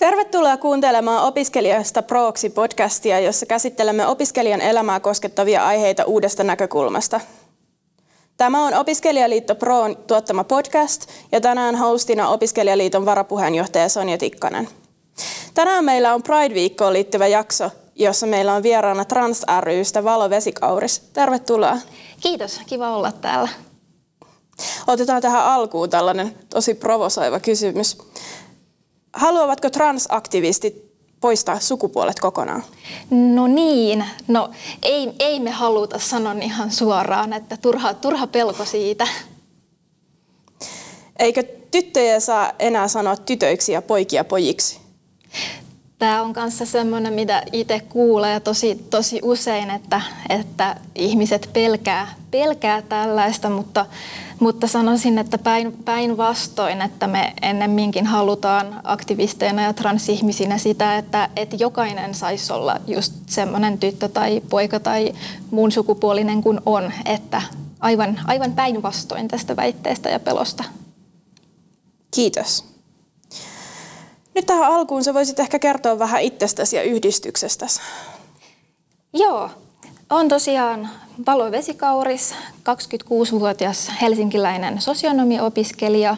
Tervetuloa kuuntelemaan Opiskelijasta Proksi podcastia, jossa käsittelemme opiskelijan elämää koskettavia aiheita uudesta näkökulmasta. Tämä on Opiskelijaliitto Proon tuottama podcast ja tänään hostina Opiskelijaliiton varapuheenjohtaja Sonja Tikkanen. Tänään meillä on Pride-viikkoon liittyvä jakso, jossa meillä on vieraana Trans ry:stä Valo Vesikauris. Tervetuloa. Kiitos, kiva olla täällä. Otetaan tähän alkuun tällainen tosi provosoiva kysymys. Haluavatko transaktivistit poistaa sukupuolet kokonaan? No ei me haluta sanoa ihan suoraan, että turha pelko siitä. Eikö tyttöjä saa enää sanoa tytöiksi ja poikia pojiksi? Tämä on kanssa semmoinen, mitä itse kuulee tosi usein, että ihmiset pelkää tällaista, mutta sanoisin, että päinvastoin, että me ennemminkin halutaan aktivisteina ja transihmisinä sitä, että jokainen saisi olla just semmoinen tyttö tai poika tai muun sukupuolinen kuin on, että aivan päinvastoin tästä väitteestä ja pelosta. Kiitos. Nyt tähän alkuun sä voisit ehkä kertoa vähän itsestäsi ja yhdistyksestäsi. Joo, olen tosiaan Valo Vesikauris, 26-vuotias helsinkiläinen sosionomiopiskelija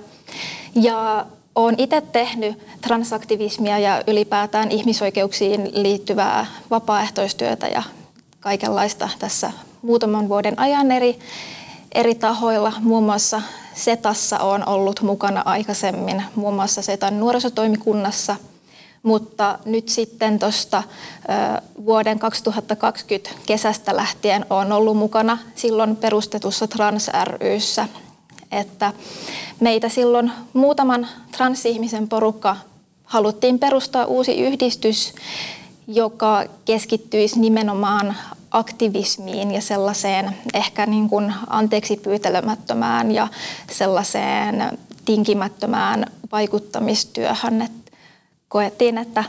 ja olen itse tehnyt transaktivismia ja ylipäätään ihmisoikeuksiin liittyvää vapaaehtoistyötä ja kaikenlaista tässä muutaman vuoden ajan eri tahoilla, muun muassa SETassa olen ollut mukana aikaisemmin, muun muassa SETan nuorisotoimikunnassa, mutta nyt sitten tuosta vuoden 2020 kesästä lähtien olen ollut mukana silloin perustetussa Trans ry:ssä, että meitä silloin muutaman transihmisen porukka haluttiin perustaa uusi yhdistys, joka keskittyisi nimenomaan aktivismiin ja sellaiseen ehkä niin kuin anteeksi pyytelemättömään ja sellaiseen tinkimättömään vaikuttamistyöhön. Et koettiin, että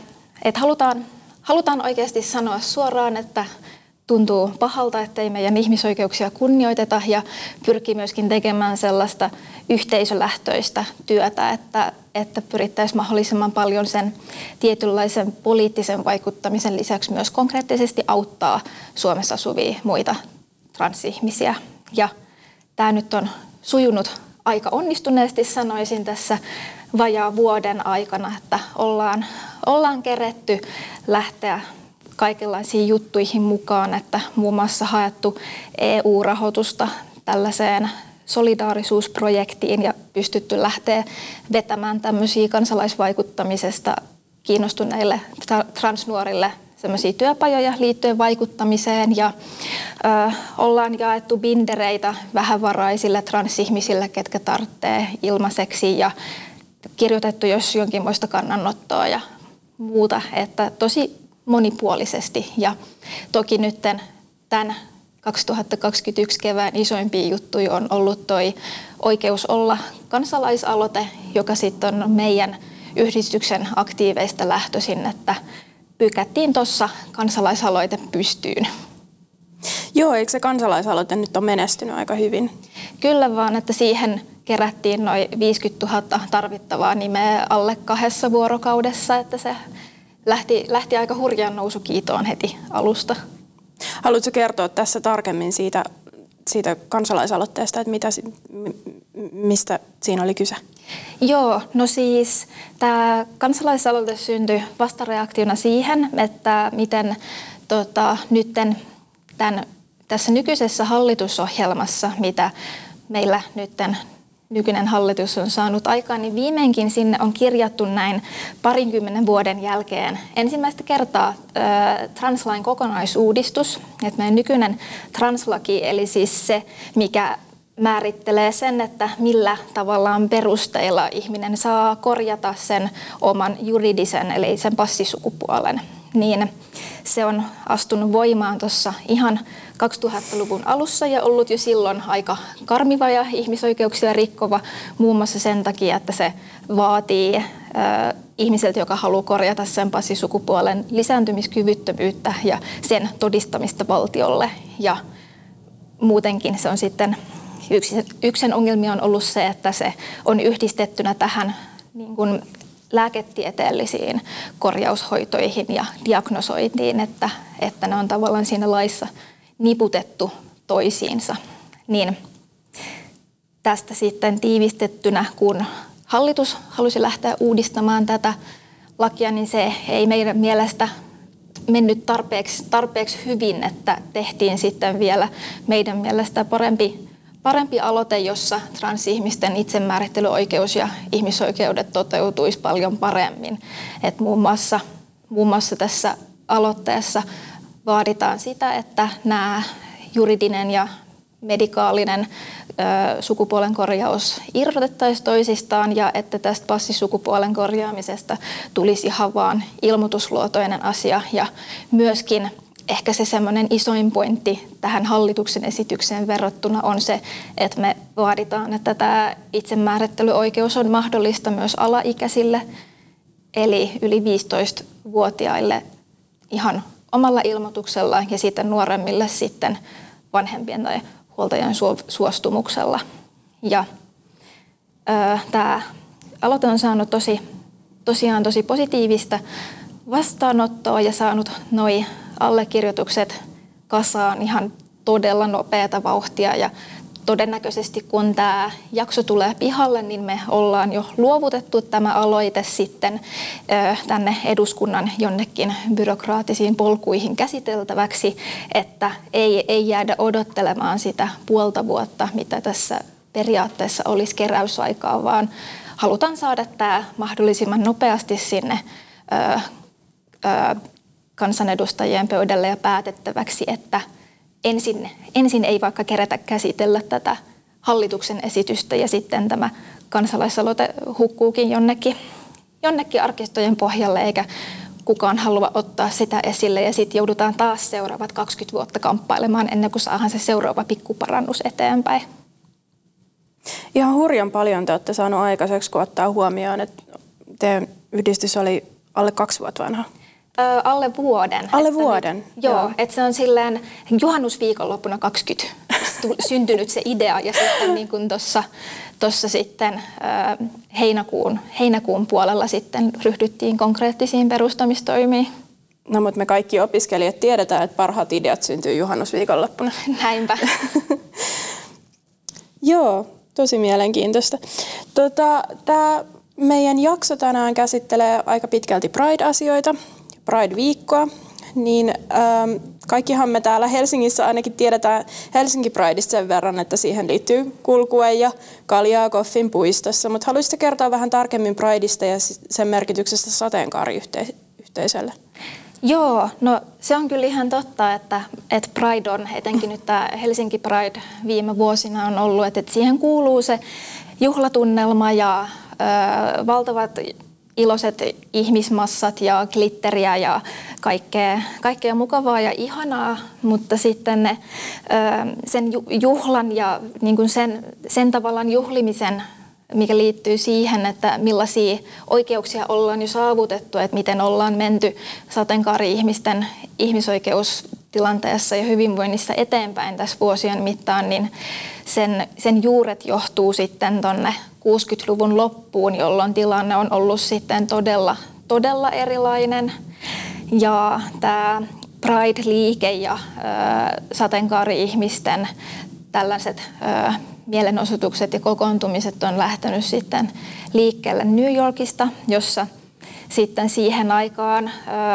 halutaan oikeasti sanoa suoraan, että tuntuu pahalta, ettei meidän ihmisoikeuksia kunnioiteta ja pyrkii myöskin tekemään sellaista yhteisölähtöistä työtä, että pyrittäisiin mahdollisimman paljon sen tietynlaisen poliittisen vaikuttamisen lisäksi myös konkreettisesti auttaa Suomessa asuvia muita transihmisiä. Ja tämä nyt on sujunut aika onnistuneesti, sanoisin tässä vajaa vuoden aikana, että ollaan keretty lähteä kaikenlaisiin juttuihin mukaan, että muun muassa haettu EU-rahoitusta tällaiseen solidaarisuusprojektiin ja pystytty lähteä vetämään tämmöisiä kansalaisvaikuttamisesta kiinnostuneille transnuorille semmoisia työpajoja liittyen vaikuttamiseen ja ollaan jaettu bindereitä vähävaraisille transihmisille, ketkä tarvitsee ilmaiseksi ja kirjoitettu jos jonkinmoista kannanottoa ja muuta, että tosi monipuolisesti ja toki nyt tämän 2021 kevään isoimpia juttuja on ollut toi Oikeus olla kansalaisaloite, joka sitten on meidän yhdistyksen aktiiveista lähtöisin, että pykättiin tuossa kansalaisaloite pystyyn. Joo, eikö se kansalaisaloite nyt on menestynyt aika hyvin? Kyllä vaan, että siihen kerättiin noin 50 000 tarvittavaa nimeä alle 2 vuorokaudessa, että se lähti aika hurjaan nousukiitoon heti alusta. Haluatko kertoa tässä tarkemmin siitä kansalaisaloitteesta, että mistä siinä oli kyse? Joo, no siis tämä kansalaisaloite syntyi vastareaktiona siihen, että miten nytten tässä nykyisessä hallitusohjelmassa, mitä meillä nytten nykyinen hallitus on saanut aikaan, niin viimeinkin sinne on kirjattu näin 20 vuoden jälkeen ensimmäistä kertaa translain kokonaisuudistus. Että meidän nykyinen translaki, eli siis se, mikä määrittelee sen, että millä tavallaan perusteilla ihminen saa korjata sen oman juridisen, eli sen passisukupuolen, niin se on astunut voimaan tuossa ihan 2000-luvun alussa ja ollut jo silloin aika karmiva ja ihmisoikeuksia rikkova muun muassa sen takia, että se vaatii ihmiseltä, joka haluaa korjata sen passisukupuolen lisääntymiskyvyttömyyttä ja sen todistamista valtiolle. Ja muutenkin se on sitten yksi ongelmia on ollut se, että se on yhdistettynä tähän niin kuin lääketieteellisiin korjaushoitoihin ja diagnosointiin, että ne on tavallaan siinä laissa niputettu toisiinsa. Niin tästä sitten tiivistettynä, kun hallitus halusi lähteä uudistamaan tätä lakia, niin se ei meidän mielestä mennyt tarpeeksi hyvin, että tehtiin sitten vielä meidän mielestä parempi aloite, jossa transihmisten itsemäärittelyoikeus ja ihmisoikeudet toteutuisi paljon paremmin. Et muun muassa tässä aloitteessa vaaditaan sitä, että nämä juridinen ja medikaalinen sukupuolen korjaus irrotettaisiin toisistaan ja että tästä passisukupuolen korjaamisesta tulisi ihan vaan ilmoitusluotoinen asia ja myöskin ehkä se semmoinen isoin pointti tähän hallituksen esitykseen verrattuna on se, että me vaaditaan, että tämä itsemäärittelyoikeus on mahdollista myös alaikäisille, eli yli 15-vuotiaille ihan omalla ilmoituksella ja sitten nuoremmille sitten vanhempien tai huoltajan suostumuksella. Ja tämä aloite on saanut tosi positiivista vastaanottoa ja saanut noi allekirjoitukset kasaan ihan todella nopeata vauhtia ja todennäköisesti kun tämä jakso tulee pihalle, niin me ollaan jo luovutettu tämä aloite sitten tänne eduskunnan jonnekin byrokraattisiin polkuihin käsiteltäväksi, että ei jäädä odottelemaan sitä puolta vuotta, mitä tässä periaatteessa olisi keräysaikaa, vaan halutaan saada tämä mahdollisimman nopeasti sinne kansanedustajien pöydälle ja päätettäväksi, että ensin ei vaikka kerätä käsitellä tätä hallituksen esitystä ja sitten tämä kansalaisaloite hukkuukin jonnekin arkistojen pohjalle eikä kukaan halua ottaa sitä esille ja sitten joudutaan taas seuraavat 20 vuotta kamppailemaan ennen kuin saadaan se seuraava pikkuparannus eteenpäin. Ihan hurjan paljon te olette saaneet aikaiseksi, kun ottaa huomioon, että teidän yhdistys oli alle 2 vuotta vanha. Alle vuoden. Alle vuoden? Joo, että se on silleen juhannusviikonloppuna 20 syntynyt se idea ja sitten niin kuin tuossa sitten heinäkuun puolella sitten ryhdyttiin konkreettisiin perustamistoimiin. No mutta me kaikki opiskelijat tiedetään, että parhaat ideat syntyy juhannusviikonloppuna. Näinpä. Joo, tosi mielenkiintoista. Tämä meidän jakso tänään käsittelee aika pitkälti Pride-asioita, Pride-viikkoa, niin kaikkihan me täällä Helsingissä ainakin tiedetään Helsinki Prideista sen verran, että siihen liittyy kulkue ja kaljaa Koffin puistossa, mutta haluaisitko kertoa vähän tarkemmin Prideista ja sen merkityksestä sateenkaariyhteisölle? Joo, no se on kyllä ihan totta, että Pride on, etenkin nyt tämä Helsinki Pride viime vuosina on ollut, että siihen kuuluu se juhlatunnelma ja valtavat iloiset ihmismassat ja glitteriä ja kaikkea mukavaa ja ihanaa, mutta sitten sen juhlan ja niin kuin sen tavallaan juhlimisen, mikä liittyy siihen, että millaisia oikeuksia ollaan jo saavutettu, että miten ollaan menty sateenkaari-ihmisten ihmisoikeustilanteessa ja hyvinvoinnissa eteenpäin tässä vuosien mittaan, niin sen juuret johtuu sitten tuonne 60-luvun loppuun, jolloin tilanne on ollut sitten todella erilainen. Ja tämä Pride-liike ja sateenkaari-ihmisten tällaiset mielenosoitukset ja kokoontumiset on lähtenyt sitten liikkeelle New Yorkista, jossa sitten siihen aikaan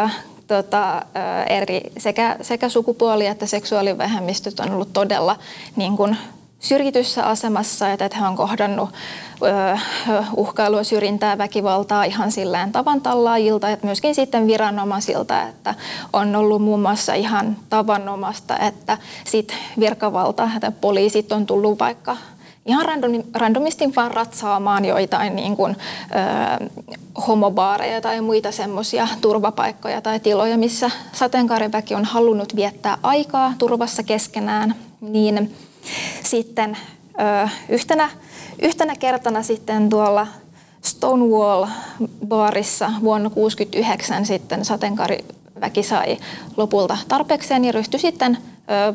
sekä sukupuoli- että seksuaalivähemmistöt on ollut todella niin kuin syrjityssä asemassa, että he on kohdannut uhkailua, syrjintää, väkivaltaa ihan silleen tavantallaajilta, että myöskin sitten viranomaisilta, että on ollut muun muassa ihan tavanomasta, että sit virkavalta, että poliisit on tullut vaikka ihan randomisti vaan ratsaamaan joitain niin kuin, homobaareja tai muita semmoisia turvapaikkoja tai tiloja, missä sateenkaariväki on halunnut viettää aikaa turvassa keskenään, niin sitten yhtenä kertana sitten tuolla Stonewall-baarissa vuonna 1969 sitten sateenkaariväki sai lopulta tarpeekseen ja ryhtyi sitten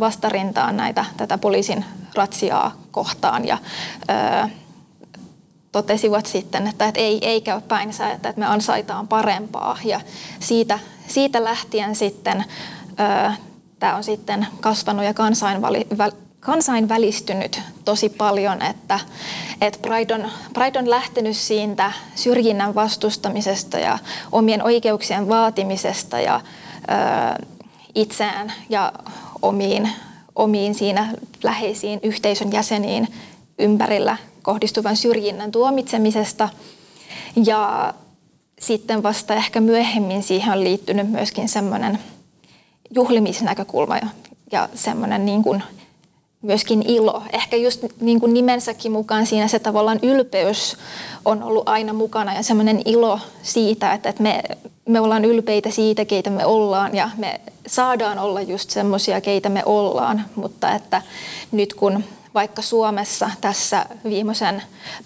vastarintaan tätä poliisin ratsiaa kohtaan ja totesivat sitten, että ei käy päinsä, että me ansaitaan parempaa. Ja siitä lähtien sitten tämä on sitten kasvanut ja kansainvälistynyt tosi paljon, että Pride on lähtenyt siitä syrjinnän vastustamisesta ja omien oikeuksien vaatimisesta ja itseään ja omiin siinä läheisiin yhteisön jäseniin ympärillä kohdistuvan syrjinnän tuomitsemisesta. Ja sitten vasta ehkä myöhemmin siihen on liittynyt myöskin semmoinen juhlimisnäkökulma ja semmoinen niin kuin myöskin ilo. Ehkä just niin kuin nimensäkin mukaan siinä se tavallaan ylpeys on ollut aina mukana ja semmoinen ilo siitä, että me ollaan ylpeitä siitä, keitä me ollaan ja me saadaan olla just semmoisia, keitä me ollaan. Mutta että nyt kun vaikka Suomessa tässä viimeisen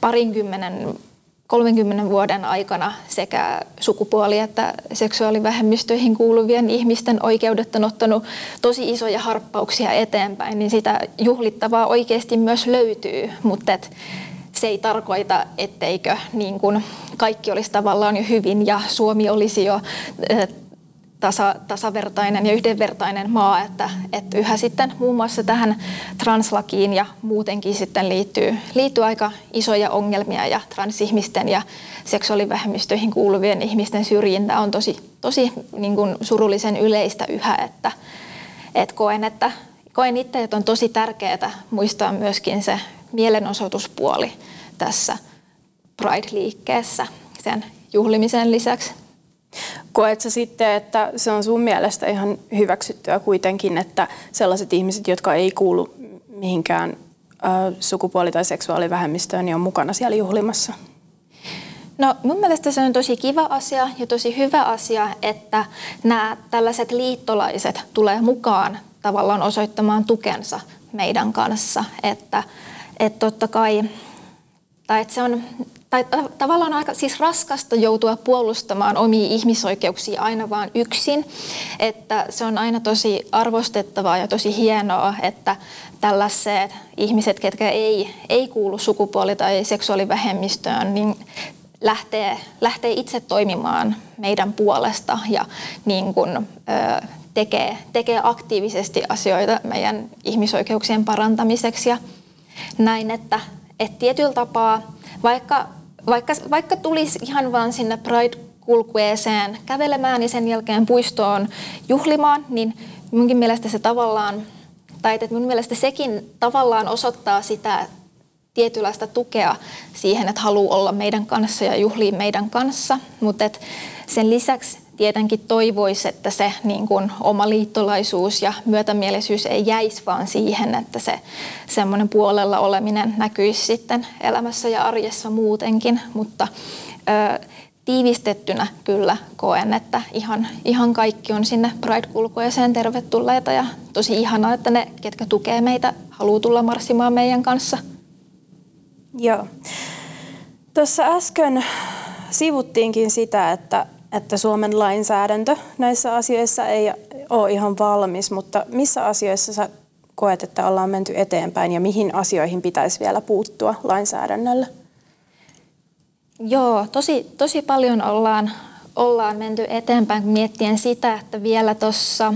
30 vuoden aikana sekä sukupuoli- että seksuaalivähemmistöihin kuuluvien ihmisten oikeudet on ottanut tosi isoja harppauksia eteenpäin, niin sitä juhlittavaa oikeasti myös löytyy, mutta se ei tarkoita, etteikö niin kuin kaikki olisi tavallaan jo hyvin ja Suomi olisi jo tasavertainen ja yhdenvertainen maa, että yhä sitten muun muassa tähän translakiin ja muutenkin sitten liittyy aika isoja ongelmia ja transihmisten ja seksuaalivähemmistöihin kuuluvien ihmisten syrjintä on tosi niin kuin surullisen yleistä yhä, että koen itse, että on tosi tärkeää muistaa myöskin se mielenosoituspuoli tässä Pride-liikkeessä sen juhlimisen lisäksi. Koetko sitten, että se on sun mielestä ihan hyväksyttyä kuitenkin, että sellaiset ihmiset, jotka ei kuulu mihinkään sukupuoli- tai seksuaalivähemmistöön, niin on mukana siellä juhlimassa? No mun mielestä se on tosi kiva asia ja tosi hyvä asia, että nämä tällaiset liittolaiset tulee mukaan tavallaan osoittamaan tukensa meidän kanssa, että totta kai, tai että se on tavallaan aika siis raskasta joutua puolustamaan omia ihmisoikeuksia aina vaan yksin, että se on aina tosi arvostettavaa ja tosi hienoa, että tällaiset ihmiset, ketkä ei kuulu sukupuoli- tai seksuaalivähemmistöön, niin lähtee itse toimimaan meidän puolesta ja niin kuin, tekee aktiivisesti asioita meidän ihmisoikeuksien parantamiseksi ja näin, että tietyllä tapaa vaikka tulisi ihan vaan sinne Pride-kulkueeseen kävelemään ja sen jälkeen puistoon juhlimaan, niin munkin mielestä se tavallaan, tai että mun mielestä sekin tavallaan osoittaa sitä tietynlaista tukea siihen, että haluaa olla meidän kanssa ja juhlii meidän kanssa, mutta sen lisäksi tietenkin toivoisi, että se niin kuin oma liittolaisuus ja myötämielisyys ei jäisi vaan siihen, että se semmoinen puolella oleminen näkyisi sitten elämässä ja arjessa muutenkin, mutta tiivistettynä kyllä koen, että ihan kaikki on sinne Pride-kulkueeseen tervetulleita ja tosi ihanaa, että ne, ketkä tukee meitä, haluaa tulla marssimaan meidän kanssa. Joo. Tuossa äsken sivuttiinkin sitä, että Suomen lainsäädäntö näissä asioissa ei ole ihan valmis, mutta missä asioissa sä koet, että ollaan menty eteenpäin ja mihin asioihin pitäisi vielä puuttua lainsäädännöllä? Joo, tosi paljon ollaan menty eteenpäin miettien sitä, että vielä tuossa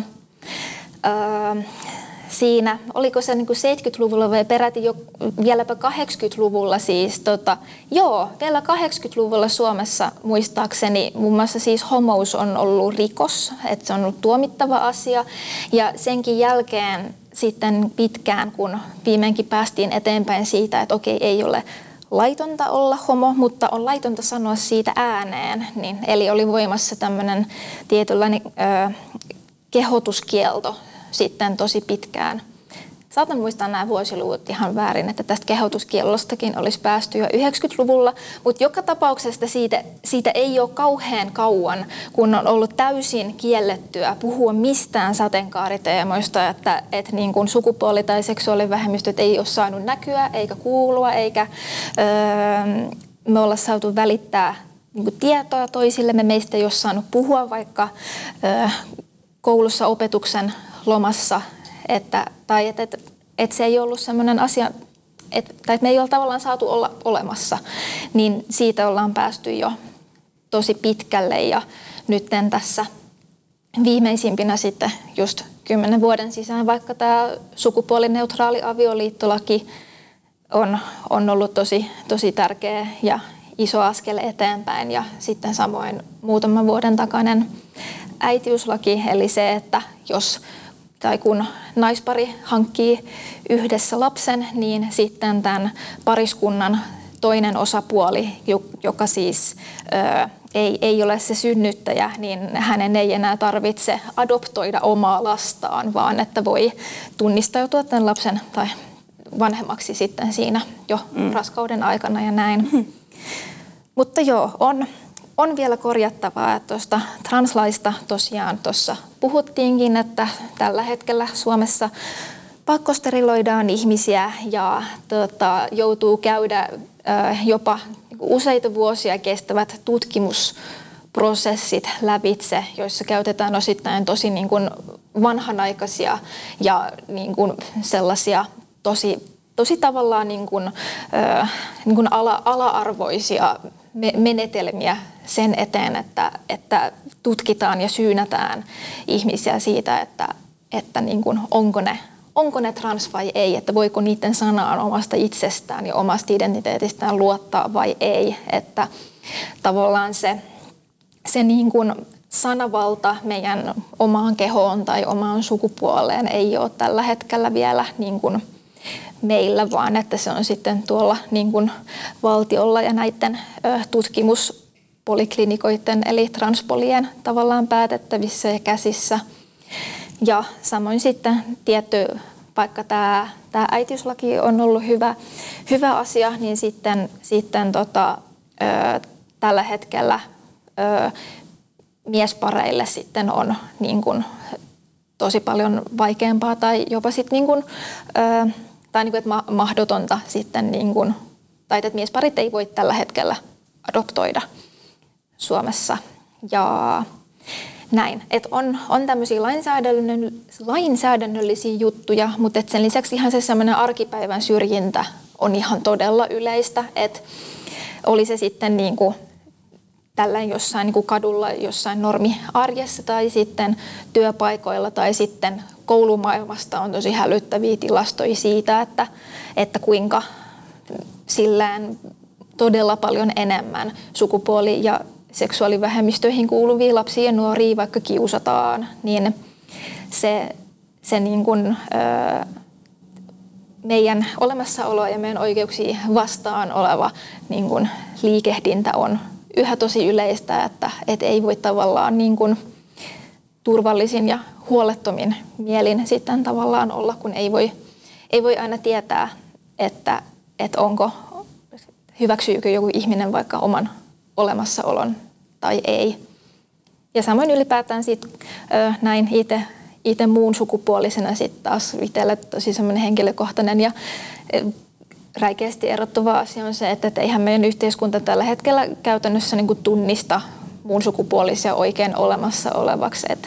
siinä, oliko se niin kuin 70-luvulla vai peräti jo vieläpä 80-luvulla siis, vielä 80-luvulla Suomessa muistaakseni muun muassa siis homous on ollut rikos, että se on ollut tuomittava asia ja senkin jälkeen sitten pitkään, kun viimeinkin päästiin eteenpäin siitä, että okei, ei ole laitonta olla homo, mutta on laitonta sanoa siitä ääneen, niin, eli oli voimassa tämmöinen tietynlainen kehotuskielto sitten tosi pitkään. Saatan muistaa nämä vuosiluvut ihan väärin, että tästä kehotuskiellostakin olisi päästy jo 90-luvulla, mutta joka tapauksesta siitä ei ole kauhean kauan, kun on ollut täysin kiellettyä puhua mistään sateenkaariteemoista, että niin kuin sukupuoli- tai seksuaalivähemmistöt ei ole saanut näkyä eikä kuulua, eikä me olla saatu välittää niin kuin tietoa toisillemme. Meistä ei ole saanut puhua vaikka koulussa opetuksen lomassa, että se ei ollut sellainen asia, tai me ei ole tavallaan saatu olla olemassa, niin siitä ollaan päästy jo tosi pitkälle ja nyt tässä viimeisimpinä sitten just 10 vuoden sisään, vaikka tämä sukupuolineutraali avioliittolaki on ollut tosi tärkeä ja iso askel eteenpäin ja sitten samoin muutaman vuoden takainen äitiyslaki, eli se, että jos tai kun naispari hankkii yhdessä lapsen, niin sitten tämän pariskunnan toinen osapuoli, joka siis ei ole se synnyttäjä, niin hänen ei enää tarvitse adoptoida omaa lastaan, vaan että voi tunnistautua tämän lapsen tai vanhemmaksi sitten siinä jo raskauden aikana ja näin. Mutta joo, on vielä korjattavaa, että tuosta translaista tosiaan tuossa puhuttiinkin, että tällä hetkellä Suomessa pakkosteriloidaan ihmisiä ja joutuu käydä jopa useita vuosia kestävät tutkimusprosessit lävitse, joissa käytetään osittain tosi niin kuin vanhanaikaisia ja niin kuin sellaisia tosi tavallaan niin kuin ala-arvoisia menetelmiä sen eteen, että tutkitaan ja syynätään ihmisiä siitä, että niin kuin onko ne trans vai ei, että voiko niiden sanaan omasta itsestään ja omasta identiteetistään luottaa vai ei, että tavallaan se niin kuin sanavalta meidän omaan kehoon tai omaan sukupuoleen ei ole tällä hetkellä vielä niin kuin meillä, vaan että se on sitten tuolla niin kuin valtiolla ja näiden tutkimuspoliklinikoiden eli transpolien tavallaan päätettävissä ja käsissä. Ja samoin sitten tietty, vaikka tämä äitiyslaki on ollut hyvä asia, niin sitten tällä hetkellä miespareille sitten on niin kuin tosi paljon vaikeampaa tai jopa sitten niin kuin, tai niin kuin, että mahdotonta sitten niin kuin, tai että miesparit ei voi tällä hetkellä adoptoida Suomessa ja näin. Että on tämmöisiä lainsäädännöllisiä juttuja, mutta sen lisäksi ihan se semmoinen arkipäivän syrjintä on ihan todella yleistä, että oli se sitten niin kuin tällainen jossain niin kuin kadulla, jossain normiarjessa tai sitten työpaikoilla tai sitten koulumaailmasta on tosi hälyttäviä tilastoja siitä, että kuinka sillään todella paljon enemmän sukupuoli- ja seksuaalivähemmistöihin kuuluvia lapsia ja nuoria vaikka kiusataan, niin se niin kuin, meidän olemassaoloa ja meidän oikeuksia vastaan oleva niin kuin liikehdintä on yhä tosi yleistä, että ei voi tavallaan niin kuin turvallisin ja huolettomin mielin sitten tavallaan olla, kun ei voi aina tietää, että hyväksyykö joku ihminen vaikka oman olemassaolon tai ei. Ja samoin ylipäätään sit, näin itse muun sukupuolisena sitten taas itselle tosi semmoinen henkilökohtainen ja räikeästi erottava asia on se, että eihän meidän yhteiskunta tällä hetkellä käytännössä niin kuin tunnista muun sukupuolisia oikein olemassa olevaksi. Että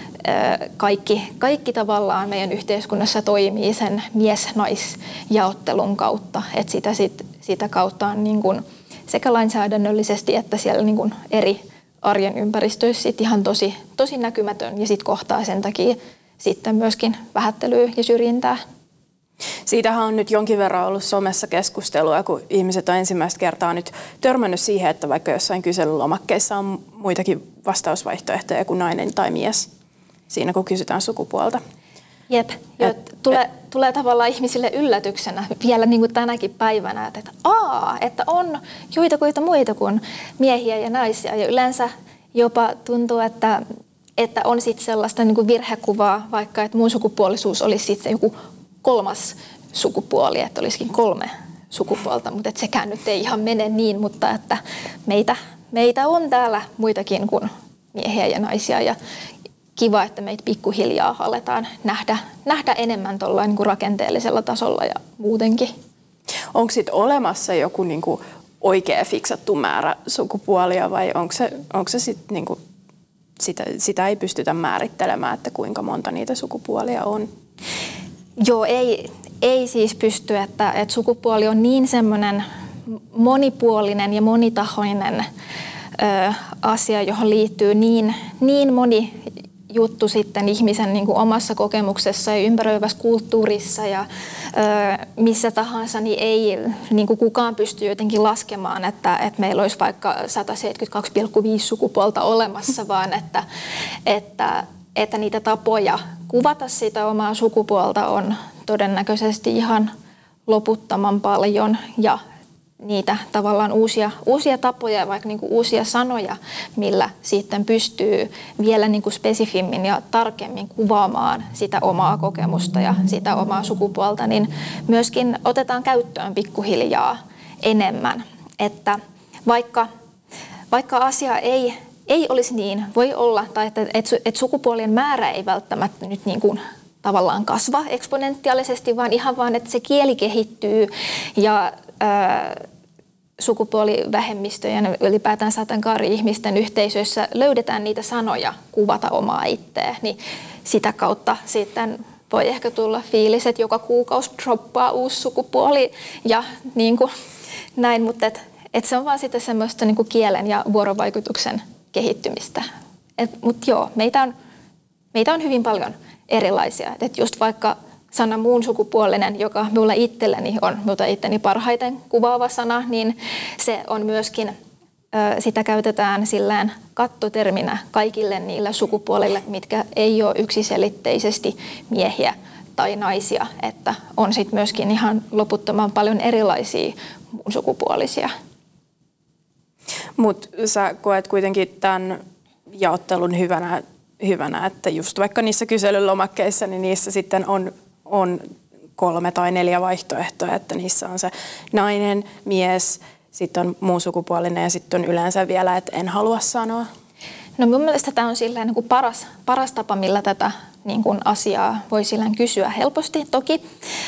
kaikki tavallaan meidän yhteiskunnassa toimii sen mies-nais-jaottelun kautta. Että sitä kautta on niin kuin sekä lainsäädännöllisesti että siellä niin kuin eri arjen ympäristöissä sit ihan tosi näkymätön ja sitten kohtaa sen takia sitten myöskin vähättelyä ja syrjintää. Siitähän on nyt jonkin verran ollut somessa keskustelua, kun ihmiset on ensimmäistä kertaa nyt törmännyt siihen, että vaikka jossain kyselylomakkeissa on muitakin vastausvaihtoehtoja kuin nainen tai mies siinä, kun kysytään sukupuolta. Jep, tulee tavallaan ihmisille yllätyksenä vielä niin kuin tänäkin päivänä, että on joitakuita muita kuin miehiä ja naisia. Ja yleensä jopa tuntuu, että on sitten sellaista niin kuin virhekuvaa, vaikka että muun sukupuolisuus olisi sitten joku kolmas sukupuoli, että olisikin 3 sukupuolta, mutta että sekään nyt ei ihan mene niin, mutta että meitä on täällä muitakin kuin miehiä ja naisia ja kiva, että meitä pikkuhiljaa aletaan nähdä enemmän tuollain niin kuin rakenteellisella tasolla ja muutenkin. Onko sitten olemassa joku niin kuin oikea fiksattu määrä sukupuolia vai onko se sitten niin kuin sitä ei pystytä määrittelemään, että kuinka monta niitä sukupuolia on? Joo, ei siis pysty, että sukupuoli on niin semmoinen monipuolinen ja monitahoinen asia, johon liittyy niin moni juttu sitten ihmisen niin kuin omassa kokemuksessa ja ympäröivässä kulttuurissa ja missä tahansa, niin ei niin kuin kukaan pysty jotenkin laskemaan, että meillä olisi vaikka 172,5 sukupuolta olemassa, vaan että niitä tapoja kuvata sitä omaa sukupuolta on todennäköisesti ihan loputtoman paljon ja niitä tavallaan uusia tapoja, vaikka niin kuin uusia sanoja, millä sitten pystyy vielä niin kuin spesifimmin ja tarkemmin kuvaamaan sitä omaa kokemusta ja sitä omaa sukupuolta, niin myöskin otetaan käyttöön pikkuhiljaa enemmän. Että vaikka asia ei olisi niin, voi olla, tai että sukupuolien määrä ei välttämättä nyt niin kuin tavallaan kasva eksponentiaalisesti, vaan ihan vaan, että se kieli kehittyy ja sukupuolivähemmistöjen ylipäätään sateenkaari-ihmisten yhteisöissä löydetään niitä sanoja kuvata omaa itseä, niin sitä kautta sitten voi ehkä tulla fiilis, että joka kuukausi droppaa uusi sukupuoli ja niin kuin näin, mutta et se on vaan sitten semmoista niin kuin kielen ja vuorovaikutuksen kehittymistä. Mutta joo, meitä on hyvin paljon erilaisia, että just vaikka sana muun sukupuolinen, joka minulla itselläni on minulta itteni parhaiten kuvaava sana, niin se on myöskin, sitä käytetään sillään kattoterminä kaikille niillä sukupuolille, mitkä ei ole yksiselitteisesti miehiä tai naisia, että on sitten myöskin ihan loputtoman paljon erilaisia muun sukupuolisia. Mutta sä koet kuitenkin tämän jaottelun hyvänä, että just vaikka niissä kyselylomakkeissa, niin niissä sitten on 3 tai 4 vaihtoehtoa, että niissä on se nainen, mies, sitten on muun sukupuolinen ja sitten on yleensä vielä, että en halua sanoa. No mun mielestä tämä on silleen niin kuin paras tapa, millä tätä niin kuin asiaa voi silleen kysyä helposti. Toki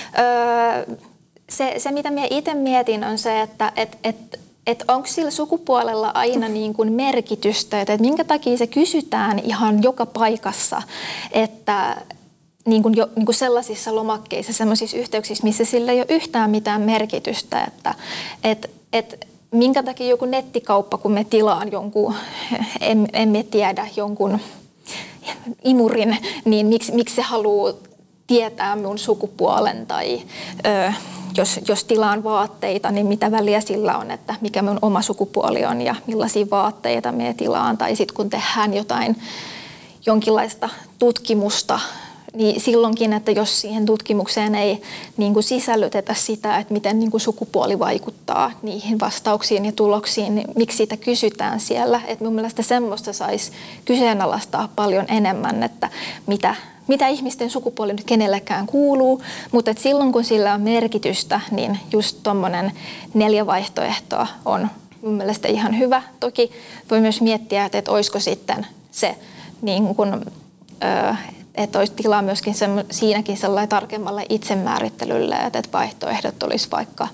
se mitä minä itse mietin, on se, että onko sillä sukupuolella aina niin kuin merkitystä, että minkä takia se kysytään ihan joka paikassa, että niin kuin sellaisissa lomakkeissa, sellaisissa yhteyksissä, missä sillä ei ole yhtään mitään merkitystä, että minkä takia joku nettikauppa, kun me tilaan jonkun, emme tiedä, jonkun imurin, niin miksi se haluaa tietää minun sukupuolen tai jos tilaan vaatteita, niin mitä väliä sillä on, että mikä minun oma sukupuoli on ja millaisia vaatteita me tilaan. Tai sitten kun tehdään jonkinlaista tutkimusta, niin silloinkin, että jos siihen tutkimukseen ei niin kuin sisällytetä sitä, että miten niin kuin sukupuoli vaikuttaa niihin vastauksiin ja tuloksiin, niin miksi sitä kysytään siellä. Että mun mielestä semmoista saisi kyseenalaistaa paljon enemmän, että mitä ihmisten sukupuoli nyt kenellekään kuuluu, mutta et silloin kun sillä on merkitystä, niin just tuommoinen 4 vaihtoehtoa on mun mielestä ihan hyvä. Toki voi myös miettiä, että olisiko sitten se, niin kun, että olisi tilaa myöskin siinäkin sellainen tarkemmalle itsemäärittelylle, että vaihtoehdot olisi vaikka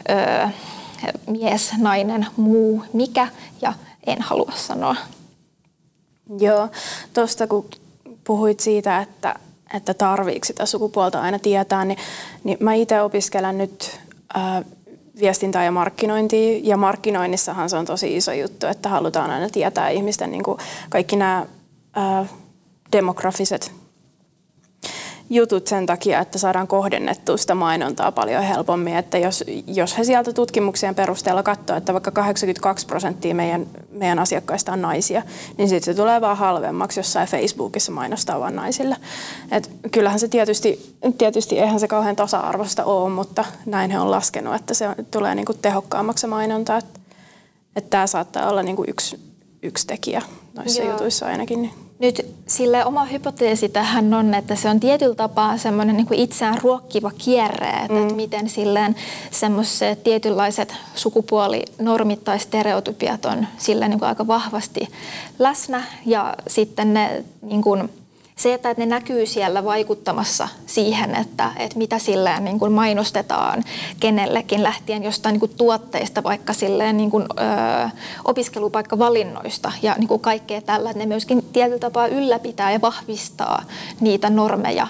mies, nainen, muu, mikä ja en halua sanoa. Joo, tuosta kun puhuit siitä, että tarviiko sitä sukupuolta aina tietää, niin mä itse opiskelen nyt viestintää ja markkinointia, ja markkinoinnissahan se on tosi iso juttu, että halutaan aina tietää ihmisten niin kuin kaikki nämä demografiset jutut sen takia, että saadaan kohdennettua sitä mainontaa paljon helpommin, että jos he sieltä tutkimuksien perusteella katsoo, että vaikka 82% meidän asiakkaista on naisia, niin sitten se tulee vaan halvemmaksi jossain Facebookissa mainostaa vaan naisille. Et kyllähän se tietysti eihän se kauhean tasa-arvoista ole, mutta näin he on laskenut, että se tulee niinku tehokkaammaksi mainonta, että tämä saattaa olla niinku yksi tekijä noissa jutuissa ainakin. Nyt sille oma hypoteesi tähän on, että se on tietyllä tapaa semmoinen niin kuin itseään ruokkiva kierre, että miten silleen semmoiset tietynlaiset sukupuolinormit tai stereotypiat on silleen niin kuin aika vahvasti läsnä ja sitten ne niin kuin se, että ne näkyy siellä vaikuttamassa siihen, että mitä silleen niin kuin mainostetaan kenellekin lähtien jostain niin kuin tuotteista, vaikka silleen niin kuin, opiskelupaikkavalinnoista ja niin kuin kaikkea tällä, että ne myöskin tietyllä tapaa ylläpitää ja vahvistaa niitä normeja,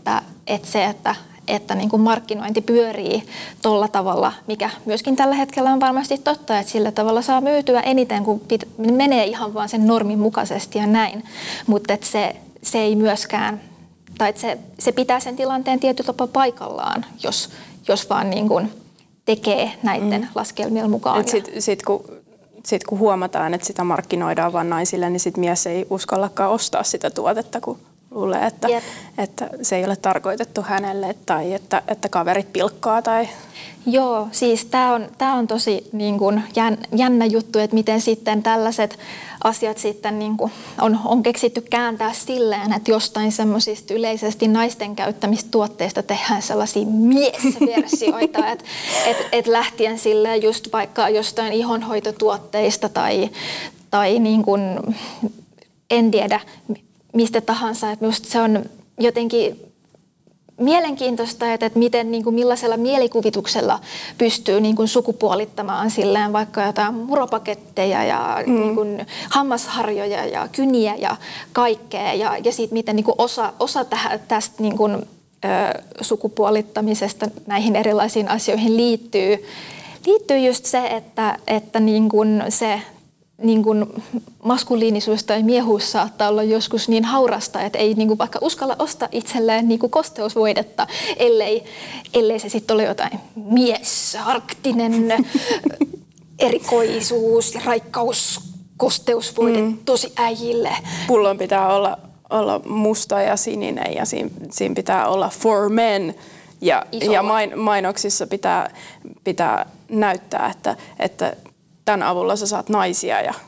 että niin kuin markkinointi pyörii tuolla tavalla, mikä myöskin tällä hetkellä on varmasti totta, että sillä tavalla saa myytyä eniten, kun menee ihan vaan sen normin mukaisesti ja näin, mutta se ei myöskään, tai että se pitää sen tilanteen tietyllä tapaa paikallaan, jos vaan niin kuin tekee näiden laskelmien mukaan. Sitten kun huomataan, että sitä markkinoidaan vain naisille, niin sitten mies ei uskallakaan ostaa sitä tuotetta, kun luulee, että se ei ole tarkoitettu hänelle tai että kaverit pilkkaa. Tai... Joo, siis tämä on tosi niin kuin jännä juttu, että miten sitten tällaiset asiat sitten niin kuin on keksitty kääntää silleen, että jostain semmoisista yleisesti naisten käyttämistä tuotteista tehdään sellaisia miesversioita, että lähtien silleen just vaikka jostain ihonhoitotuotteista tai niin kuin, en tiedä mistä tahansa, että minusta se on jotenkin mielenkiintoista, että miten, niin kuin millaisella mielikuvituksella pystyy niin kuin sukupuolittamaan silleen vaikka jotain muropaketteja ja niin kuin hammasharjoja ja kyniä ja kaikkea. Ja sitten miten niin kuin osa tästä niin kuin, sukupuolittamisesta näihin erilaisiin asioihin liittyy just se, että niin kuin se niin kuin maskuliinisuus tai miehuus saattaa olla joskus niin haurasta, että ei niin kuin vaikka uskalla ostaa itselleen niin kuin kosteusvoidetta, ellei se sitten ole jotain arktinen erikoisuus ja raikkaus kosteusvoide tosi äijille. Pullon pitää olla musta ja sininen ja siinä pitää olla for men ja mainoksissa pitää näyttää, että tämän avulla sä saat naisia. Ja...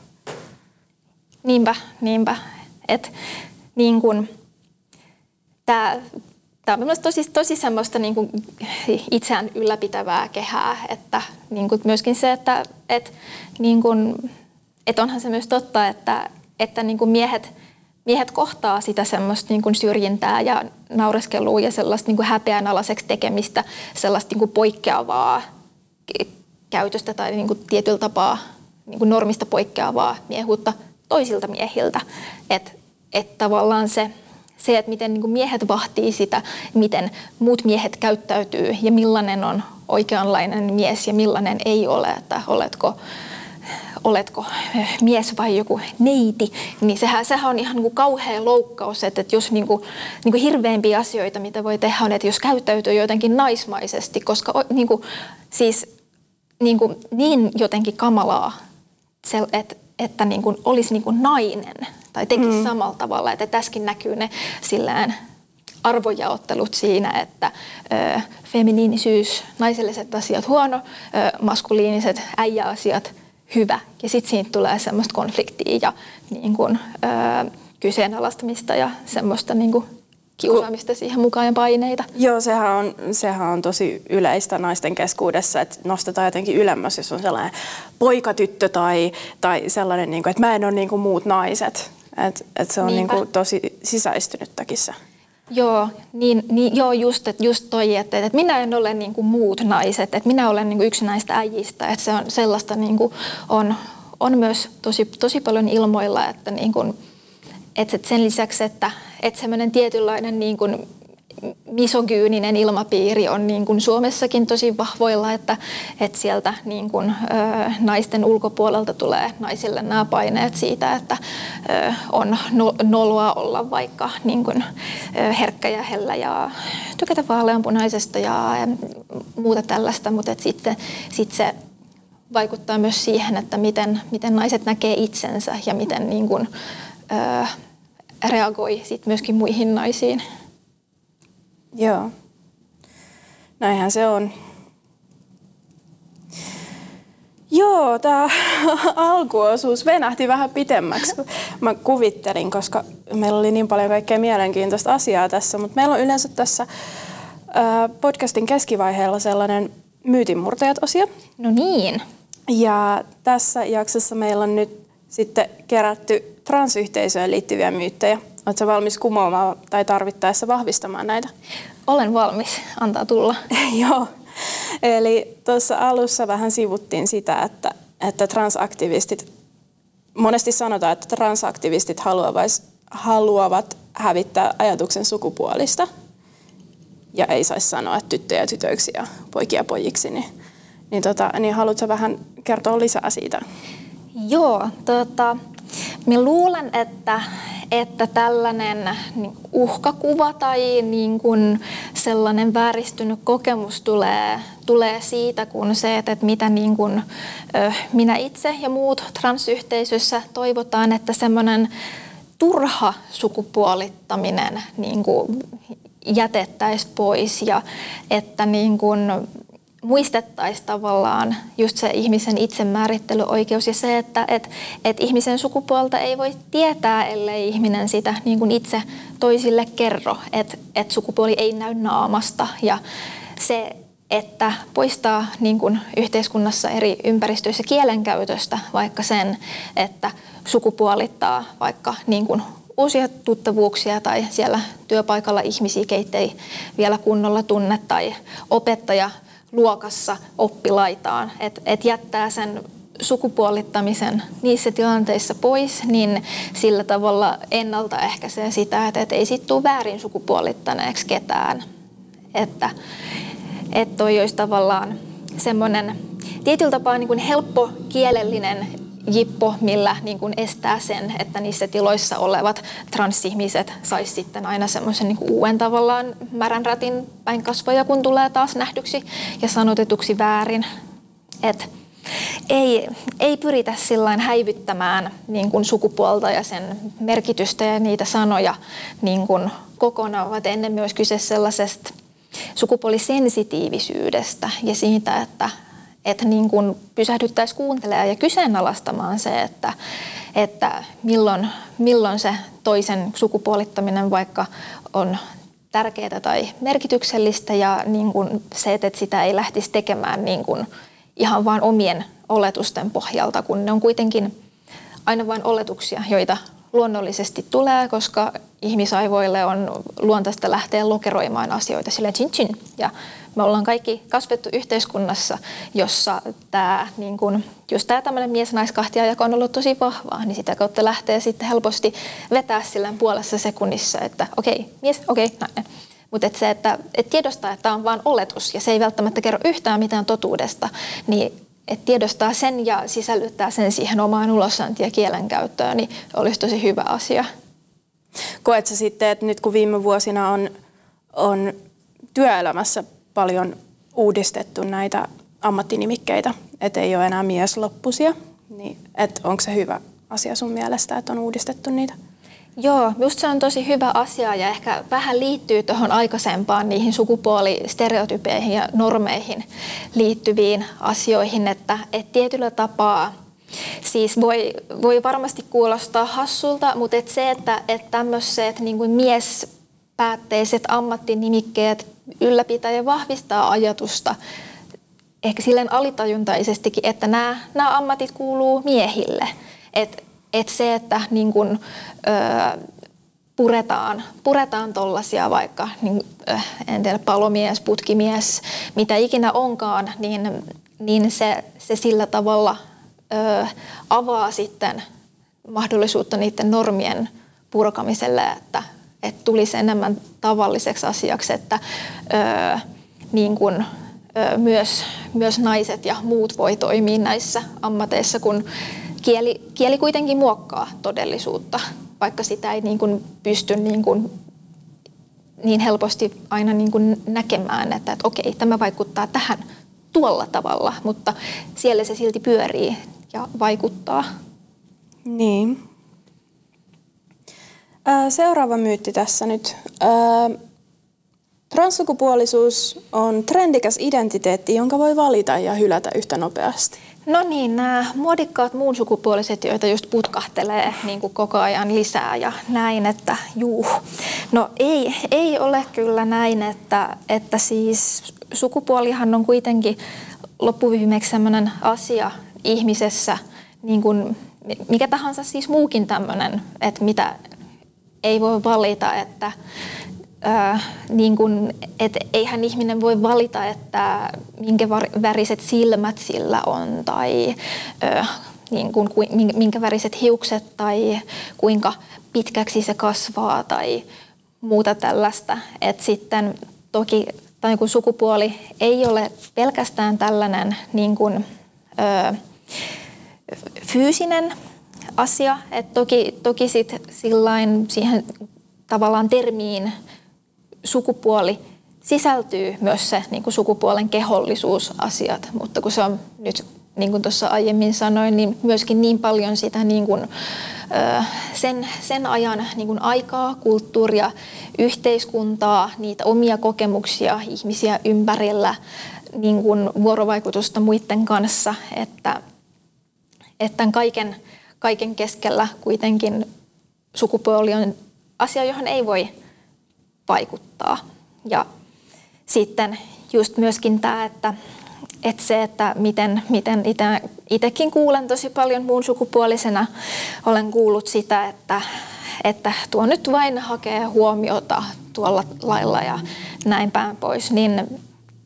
Niinpä. Et, niin kun, tää on mielestäni tosi semmoista niin kun, itseään ylläpitävää kehää. Että, niin kun, myöskin se, että niin kun, onhan se myös totta, että niin kun miehet kohtaa sitä semmoista niin kun syrjintää ja naureskelua ja sellaista niin kun häpeänalaiseksi tekemistä, sellaista niin kun poikkeavaa käytöstä tai niin kuin tietyllä tapaa niin kuin normista poikkeavaa miehuutta toisilta miehiltä. Että tavallaan se, että miten niin kuin miehet vahtii sitä, miten muut miehet käyttäytyy ja millainen on oikeanlainen mies ja millainen ei ole, että oletko mies vai joku neiti, niin sehän on ihan niin kuin kauhea loukkaus, että jos niin kuin hirveämpiä asioita, mitä voi tehdä, on, että jos käyttäytyy jotenkin naismaisesti, koska niin kuin, siis niin jotenkin kamalaa, että niin kuin olisi niin kuin nainen tai tekisi samalla tavalla. Että tässäkin näkyy ne sillään arvojaottelut siinä, että feminiinisyys, naiselliset asiat huono, maskuliiniset äijäasiat hyvä. Ja sitten siitä tulee semmoista konfliktia ja niin kuin, kyseenalaistamista ja semmoista niin kuin kiusaamista siihen mukaan ja paineita. Joo, sehän on tosi yleistä naisten keskuudessa, että nostetaan jotenkin ylemmäs, jos on sellainen poikatyttö tai sellainen, että mä en ole niin kuin muut naiset. Että se on niin kuin tosi sisäistynyttäkin se. Joo, joo just toi, että minä en ole niin kuin muut naiset, että minä olen niin kuin yksi näistä äijistä. Että se on sellaista, niin kuin on myös tosi paljon ilmoilla, että niin kuin, että sen lisäksi, että semmoinen tietynlainen niin kuin misogyyninen ilmapiiri on niin kuin Suomessakin tosi vahvoilla, että sieltä niin kuin, naisten ulkopuolelta tulee naisille nämä paineet siitä, että on noloa olla vaikka niin kuin, herkkä ja hellä ja tykätä vaaleanpunaisesta ja muuta tällaista, mutta sitten se vaikuttaa myös siihen, että miten naiset näkee itsensä ja miten niin kuin, reagoi sit myöskin muihin naisiin. Joo, näinhän se on. Joo, tämä alkuosuus venähti vähän pitemmäksi kuin mä kuvittelin, koska meillä oli niin paljon kaikkea mielenkiintoista asiaa tässä, mutta meillä on yleensä tässä podcastin keskivaiheella sellainen myytinmurtajat-osio. No niin. Ja tässä jaksossa meillä on nyt sitten kerätty transyhteisöön liittyviä myyttejä. Oletko valmis kumoamaan tai tarvittaessa vahvistamaan näitä? Olen valmis, antaa tulla. Joo, eli tuossa alussa vähän sivuttiin sitä, että transaktivistit, monesti sanotaan, että transaktivistit haluavat hävittää ajatuksen sukupuolista ja ei saisi sanoa, että tyttöjä tytöiksi ja poikia pojiksi, niin haluatko vähän kertoa lisää siitä? Joo, minä luulen, että tällainen uhkakuva tai niin kuin sellainen vääristynyt kokemus tulee siitä, kun se, että mitä niin kuin minä itse ja muut transyhteisössä toivotaan, että semmoinen turha sukupuolittaminen niin kuin jätettäisiin pois ja että niin kuin muistettaisiin tavallaan just se ihmisen itsemäärittelyoikeus ja se, että ihmisen sukupuolta ei voi tietää, ellei ihminen sitä niin kuin itse toisille kerro, että sukupuoli ei näy naamasta ja se, että poistaa niin kuin yhteiskunnassa eri ympäristöissä kielenkäytöstä vaikka sen, että sukupuolittaa vaikka niin kuin uusia tuttavuuksia tai siellä työpaikalla ihmisiä, keitä ei vielä kunnolla tunne tai opettaja luokassa oppilaitaan, että jättää sen sukupuolittamisen niissä tilanteissa pois, niin sillä tavalla ennaltaehkäisee sitä, että ei sit tule väärin sukupuolittaneeksi ketään. Että toi olisi tavallaan semmoinen tietyllä tapaa niin kuin helppo kielellinen jippo, millä niin kuin estää sen, että niissä tiloissa olevat transihmiset sais sitten aina semmoisen niin kuin uuden tavallaan märän rätin päin kasvoja, kun tulee taas nähdyksi ja sanotetuksi väärin. Et ei pyritä sillain häivyttämään niin kuin sukupuolta ja sen merkitystä ja niitä sanoja niin kuin kokonaan, vaan ennemmin olisi kyse sellaisesta sukupuolisensitiivisyydestä ja siitä, että niin kuin pysähdyttäisiin kuuntelemaan ja kyseenalaistamaan se, että milloin se toisen sukupuolittaminen vaikka on tärkeää tai merkityksellistä ja niin kuin se, että sitä ei lähtisi tekemään niin kuin ihan vain omien oletusten pohjalta, kun ne on kuitenkin aina vain oletuksia, joita luonnollisesti tulee, koska ihmisaivoille on luontaista lähteä lokeroimaan asioita silleen chin. Ja me ollaan kaikki kasvettu yhteiskunnassa, jossa tämä niin kun, just tämä tämmöinen mies-naiskahtiajako on ollut tosi vahvaa, niin sitä kautta lähtee sitten helposti vetää sillä puolessa sekunnissa, että okei, mies, okei, nainen. Mutta se, että tiedostaa, että tämä on vain oletus ja se ei välttämättä kerro yhtään mitään totuudesta, niin että tiedostaa sen ja sisällyttää sen siihen omaan ulosantiin ja kielenkäyttöön, niin olisi tosi hyvä asia. Koetko sitten, että nyt kun viime vuosina on työelämässä paljon uudistettu näitä ammattinimikkeitä, että ei ole enää miesloppuisia, niin onko se hyvä asia sun mielestä, että on uudistettu niitä? Joo, just se on tosi hyvä asia ja ehkä vähän liittyy tuohon aikaisempaan niihin sukupuolistereotypeihin ja normeihin liittyviin asioihin, että tietyllä tapaa siis voi varmasti kuulostaa hassulta, mutta se, että tämmöiset niin kuin miespäätteiset ammattinimikkeet ylläpitää ja vahvistaa ajatusta ehkä silleen alitajuntaisestikin, että nämä ammatit kuuluu miehille. Että se, että niin kun, puretaan tollaisia vaikka, niin, en tiedä, palomies, putkimies, mitä ikinä onkaan, niin se sillä tavalla avaa sitten mahdollisuutta niiden normien purkamiselle, että tulisi enemmän tavalliseksi asiaksi, että niin kun, myös naiset ja muut voi toimia näissä ammateissa, kun kieli kuitenkin muokkaa todellisuutta, vaikka sitä ei niin kuin pysty niin helposti aina niin kuin näkemään, että okei, tämä vaikuttaa tähän tuolla tavalla, mutta siellä se silti pyörii ja vaikuttaa. Niin. Seuraava myytti tässä nyt. Transsukupuolisuus on trendikäs identiteetti, jonka voi valita ja hylätä yhtä nopeasti. No niin, nämä muodikkaat muun sukupuoliset, joita just putkahtelee niin kuin koko ajan lisää ja näin, että juu. No ei ole kyllä näin, että siis sukupuolihan on kuitenkin loppuviimeksi sellainen asia ihmisessä, niin kuin mikä tahansa siis muukin tämmöinen, että ei voi valita, että niin kun, et eihän ihminen voi valita, että minkä väriset silmät sillä on tai niin kun, minkä väriset hiukset tai kuinka pitkäksi se kasvaa tai muuta tällaista. Et sitten toki tai kun sukupuoli ei ole pelkästään tällainen niin kun, fyysinen asia, että toki sit sillain siihen tavallaan termiin sukupuoli sisältyy myös se niin kuin sukupuolen kehollisuusasiat, mutta kun se on nyt, niin kuin tuossa aiemmin sanoin, niin myöskin niin paljon sitä niin kuin, sen ajan niin kuin aikaa, kulttuuria, yhteiskuntaa, niitä omia kokemuksia, ihmisiä ympärillä, niin kuin vuorovaikutusta muiden kanssa, että tämän kaiken keskellä kuitenkin sukupuoli on asia, johon ei voi vaikuttaa. Ja sitten just myöskin tämä, että se, että miten itsekin kuulen tosi paljon muun sukupuolisena, olen kuullut sitä, että tuo nyt vain hakee huomiota tuolla lailla ja näin päin pois, niin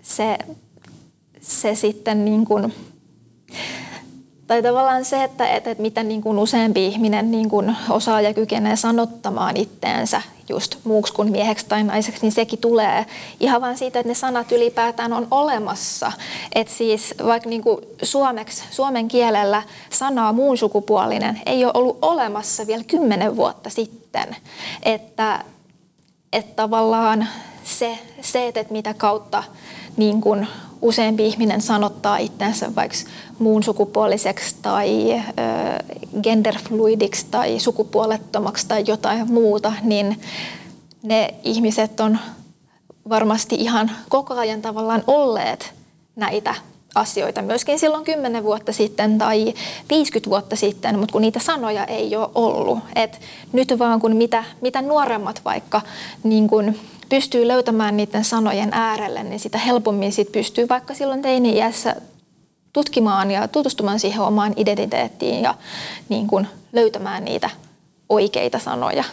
se sitten niin kuin, tai tavallaan se, että miten niin kuin useampi ihminen niin kuin osaa ja kykenee sanottamaan itteensä just muuksi kuin mieheksi tai naiseksi, niin sekin tulee ihan vain siitä, että ne sanat ylipäätään on olemassa. Että siis vaikka niin kuin suomen kielellä sanaa muun sukupuolinen ei ole ollut olemassa vielä 10 vuotta sitten. Että tavallaan se, että mitä kautta niin kuin useampi ihminen sanottaa itseänsä vaikka muun sukupuoliseksi tai genderfluidiksi tai sukupuolettomaksi tai jotain muuta, niin ne ihmiset on varmasti ihan koko ajan tavallaan olleet näitä asioita myöskin silloin 10 vuotta sitten tai 50 vuotta sitten, mutta kun niitä sanoja ei ole ollut. Et nyt vaan kun mitä nuoremmat vaikka niin kun pystyy löytämään niiden sanojen äärelle, niin sitä helpommin sit pystyy vaikka silloin teini-iässä tutkimaan ja tutustumaan siihen omaan identiteettiin ja niin kun löytämään niitä oikeita sanoja.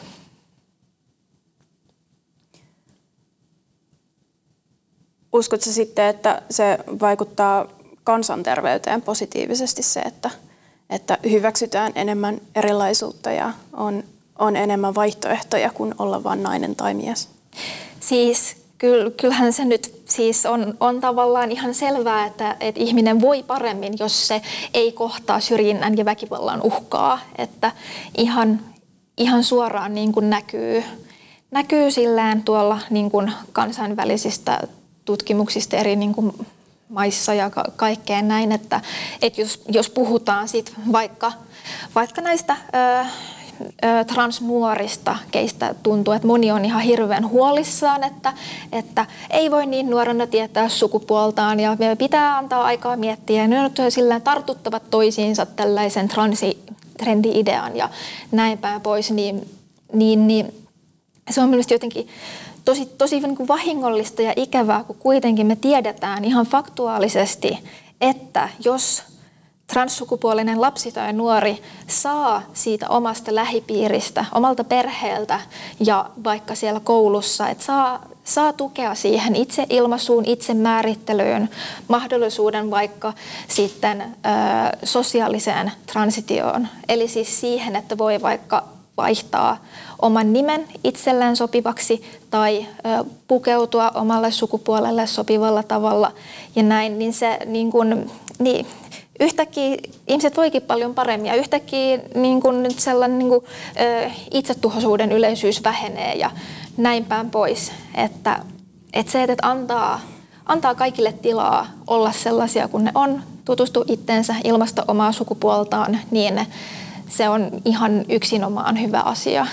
Uskotko sitten, että se vaikuttaa kansanterveyteen positiivisesti se, että hyväksytään enemmän erilaisuutta ja on enemmän vaihtoehtoja kuin olla vain nainen tai mies? Siis kyllähän se nyt siis on tavallaan ihan selvää, että ihminen voi paremmin, jos se ei kohtaa syrjinnän ja väkivallan uhkaa. Että ihan suoraan niin kuin näkyy sillään tuolla niin kuin kansainvälisistä tutkimuksista eri niin kuin maissa ja kaikkeen näin, että jos puhutaan sit vaikka näistä transnuorista, keistä tuntuu, että moni on ihan hirveän huolissaan, että ei voi niin nuorena tietää sukupuoltaan ja me pitää antaa aikaa miettiä. Ja ne on sillä tartuttavat toisiinsa tällaisen trendi-idean ja näin päin pois, niin se on mielestäni jotenkin tosi niin kuin vahingollista ja ikävää, kun kuitenkin me tiedetään ihan faktuaalisesti, että jos transsukupuolinen lapsi tai nuori saa siitä omasta lähipiiristä, omalta perheeltä ja vaikka siellä koulussa, että saa tukea siihen itseilmaisuun, itsemäärittelyyn, mahdollisuuden vaikka sitten sosiaaliseen transitioon. Eli siis siihen, että voi vaikka vaihtaa oman nimen itselleen sopivaksi tai pukeutua omalle sukupuolelle sopivalla tavalla ja näin, niin se niin yhtäkkiä ihmiset voikin paljon paremmin ja yhtäkkiä niin kuin nyt sellainen niin kuin, itsetuhoisuuden yleisyys vähenee ja näin päin pois. Että se, että antaa kaikille tilaa olla sellaisia kuin ne on, tutustua itteensä, ilmaista omaa sukupuoltaan, niin se on ihan yksinomaan hyvä asia.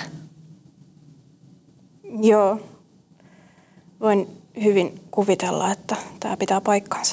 Joo, voin hyvin kuvitella, että tämä pitää paikkansa.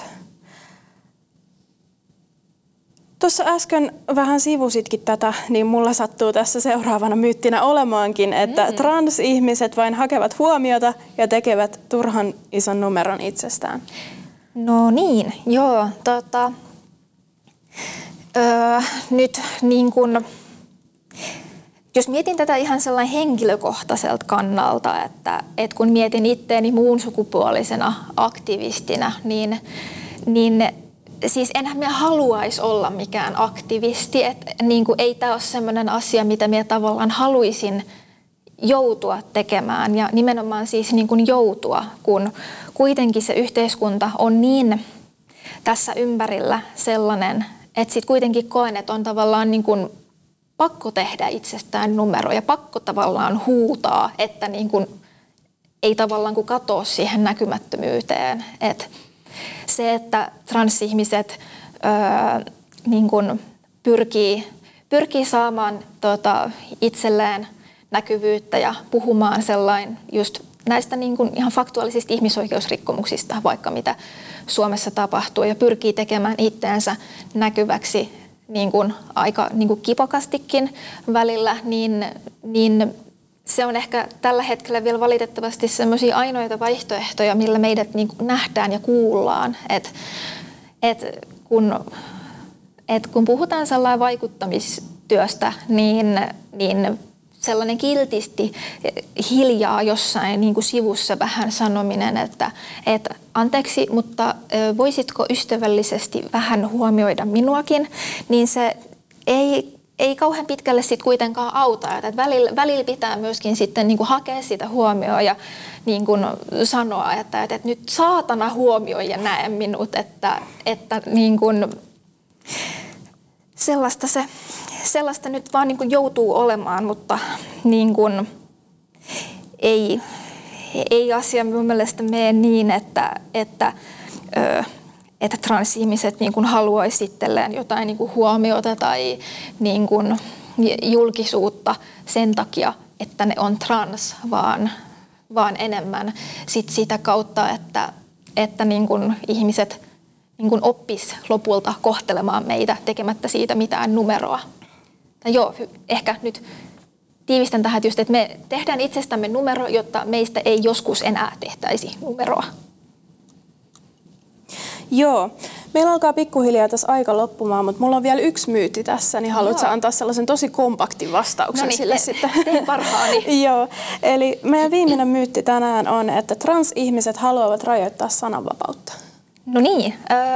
Tuossa äsken vähän sivusitkin tätä, niin mulla sattuu tässä seuraavana myyttinä olemaankin, että transihmiset vain hakevat huomiota ja tekevät turhan ison numeron itsestään. No niin, joo. Nyt niin kun jos mietin tätä ihan sellainen henkilökohtaiselta kannalta, että kun mietin itteeni muun sukupuolisena aktivistina, niin siis enhän minä haluaisi olla mikään aktivisti. Niin kuin ei tämä ole sellainen asia, mitä minä tavallaan haluaisin joutua tekemään ja nimenomaan siis niin kuin joutua, kun kuitenkin se yhteiskunta on niin tässä ympärillä sellainen, että sitten kuitenkin koen, että on tavallaan niin kuin pakko tehdä itsestään numero ja pakko tavallaan huutaa, että niin kuin ei tavallaan kuin katoa siihen näkymättömyyteen. Et se, että transihmiset niin kuin pyrkii saamaan itselleen näkyvyyttä ja puhumaan sellainen just näistä niin kuin ihan faktuaalisista ihmisoikeusrikkomuksista, vaikka mitä Suomessa tapahtuu, ja pyrkii tekemään itteensä näkyväksi niin kuin aika niin kuin kipokastikin välillä, niin se on ehkä tällä hetkellä vielä valitettavasti sellaisia ainoita vaihtoehtoja, millä meidät niin kuin nähdään ja kuullaan. Kun puhutaan sellainen vaikuttamistyöstä, niin sellainen kiltisti hiljaa jossain niin kuin sivussa vähän sanominen, että anteeksi, mutta voisitko ystävällisesti vähän huomioida minuakin, niin se ei kauhean pitkälle sit kuitenkaan auta. Että välillä pitää myöskin sitten niin kuin hakea sitä huomioon ja niin kuin sanoa, että nyt saatana huomioi ja näe minut, että niin kuin sellaista nyt vaan niin kuin joutuu olemaan, mutta niin kuin ei asia minun mielestä mene niin, että transihmiset niin kuin haluaisi itselleen jotain niin kuin huomiota tai niin kuin julkisuutta sen takia, että ne on trans, vaan enemmän sitä kautta, että niin kuin ihmiset niin kuin oppis lopulta kohtelemaan meitä tekemättä siitä mitään numeroa. Ehkä nyt tiivistän tähän just, että me tehdään itsestämme numero, jotta meistä ei joskus enää tehtäisi numeroa. Joo. Meillä alkaa pikkuhiljaa tässä aika loppumaan, mutta mulla on vielä yksi myytti tässä, niin haluatko antaa sellaisen tosi kompaktin vastauksen sille sitten? Teen parhaani. Joo. Eli meidän viimeinen myytti tänään on, että transihmiset haluavat rajoittaa sananvapautta. No niin,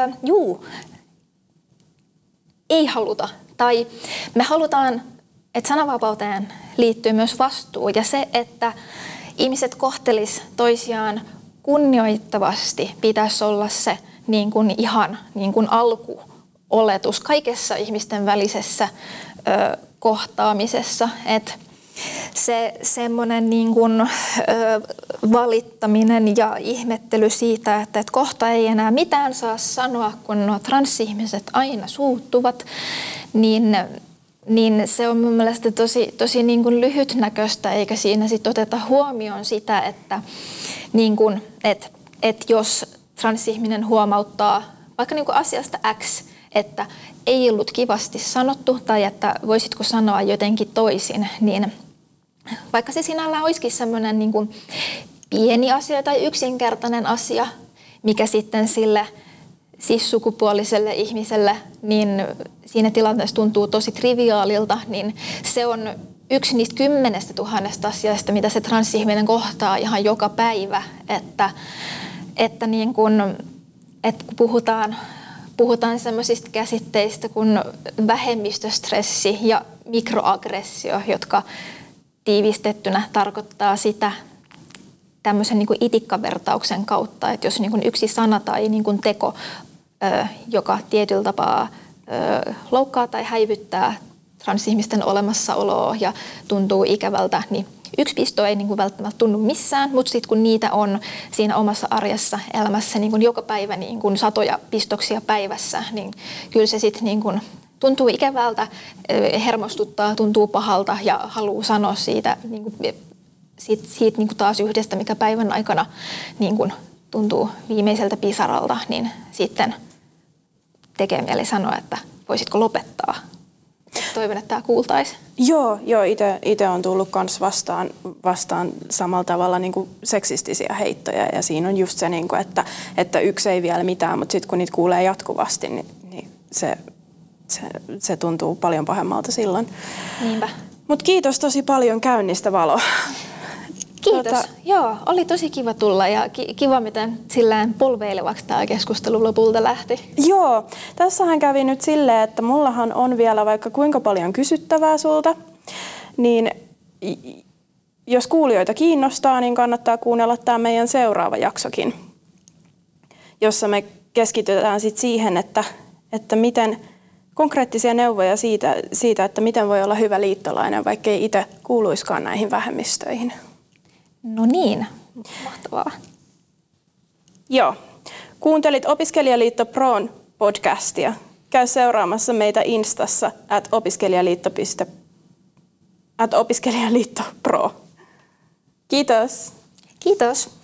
ei haluta. Tai me halutaan, että sananvapauteen liittyy myös vastuu ja se, että ihmiset kohtelis toisiaan kunnioittavasti, pitäisi olla se niin kuin ihan niin kuin alkuoletus kaikessa ihmisten välisessä kohtaamisessa. Että se semmoinen niin kuin valittaminen ja ihmettely siitä, että kohta ei enää mitään saa sanoa, kun nuo transihmiset aina suuttuvat, niin se on mun mielestä tosi niin kuin lyhytnäköistä, eikä siinä sit oteta huomioon sitä, että niin kuin, jos transihminen huomauttaa vaikka niin kuin asiasta X, että ei ollut kivasti sanottu tai että voisitko sanoa jotenkin toisin, niin vaikka se sinällään olisikin semmoinen niin kuin pieni asia tai yksinkertainen asia, mikä sitten sille cis-sukupuoliselle ihmiselle niin siinä tilanteessa tuntuu tosi triviaalilta, niin se on yksi niistä 10 000 asiasta, mitä se transihminen kohtaa ihan joka päivä, että niin kun puhutaan semmoisista käsitteistä kuin vähemmistöstressi ja mikroaggressio, jotka tiivistettynä tarkoittaa sitä tämmöisen niin kuin itikkavertauksen kautta, että jos niin kuin yksi sana tai niin kuin teko, joka tietyllä tapaa loukkaa tai häivyttää transihmisten olemassaoloa ja tuntuu ikävältä, niin yksi pisto ei niin kuin välttämättä tunnu missään, mutta sitten kun niitä on siinä omassa arjessa elämässä niin kuin joka päivä niin kuin satoja pistoksia päivässä, niin kyllä se sitten niin kuin tuntuu ikävältä, hermostuttaa, tuntuu pahalta ja haluaa sanoa siitä, niin kuin, siitä niin kuin taas yhdestä, mikä päivän aikana niin kuin tuntuu viimeiseltä pisaralta, niin sitten tekee mieli sanoa, että voisitko lopettaa. Toivon, että tämä kuultaisi. Joo, itse on tullut kans vastaan samalla tavalla niin kuin seksistisiä heittoja ja siinä on just se, niin kuin, että yksi ei vielä mitään, mutta sitten kun niitä kuulee jatkuvasti, niin se tuntuu paljon pahemmalta silloin. Niinpä. Mut kiitos tosi paljon käynnistä, Valo. Kiitos. Joo, oli tosi kiva tulla ja kiva, miten sillään polveilevaksi tämä keskustelu lopulta lähti. Joo, tässähän kävi nyt silleen, että mullahan on vielä vaikka kuinka paljon kysyttävää sulta, niin jos kuulijoita kiinnostaa, niin kannattaa kuunnella tämä meidän seuraava jaksokin, jossa me keskitytään sit siihen, että miten konkreettisia neuvoja siitä, että miten voi olla hyvä liittolainen, vaikka ei itse kuuluiskaan näihin vähemmistöihin. No niin, mahtavaa. Joo, kuuntelit Opiskelijaliitto Proon podcastia. Käy seuraamassa meitä Instassa @opiskelijaliitto.pro. Kiitos. Kiitos.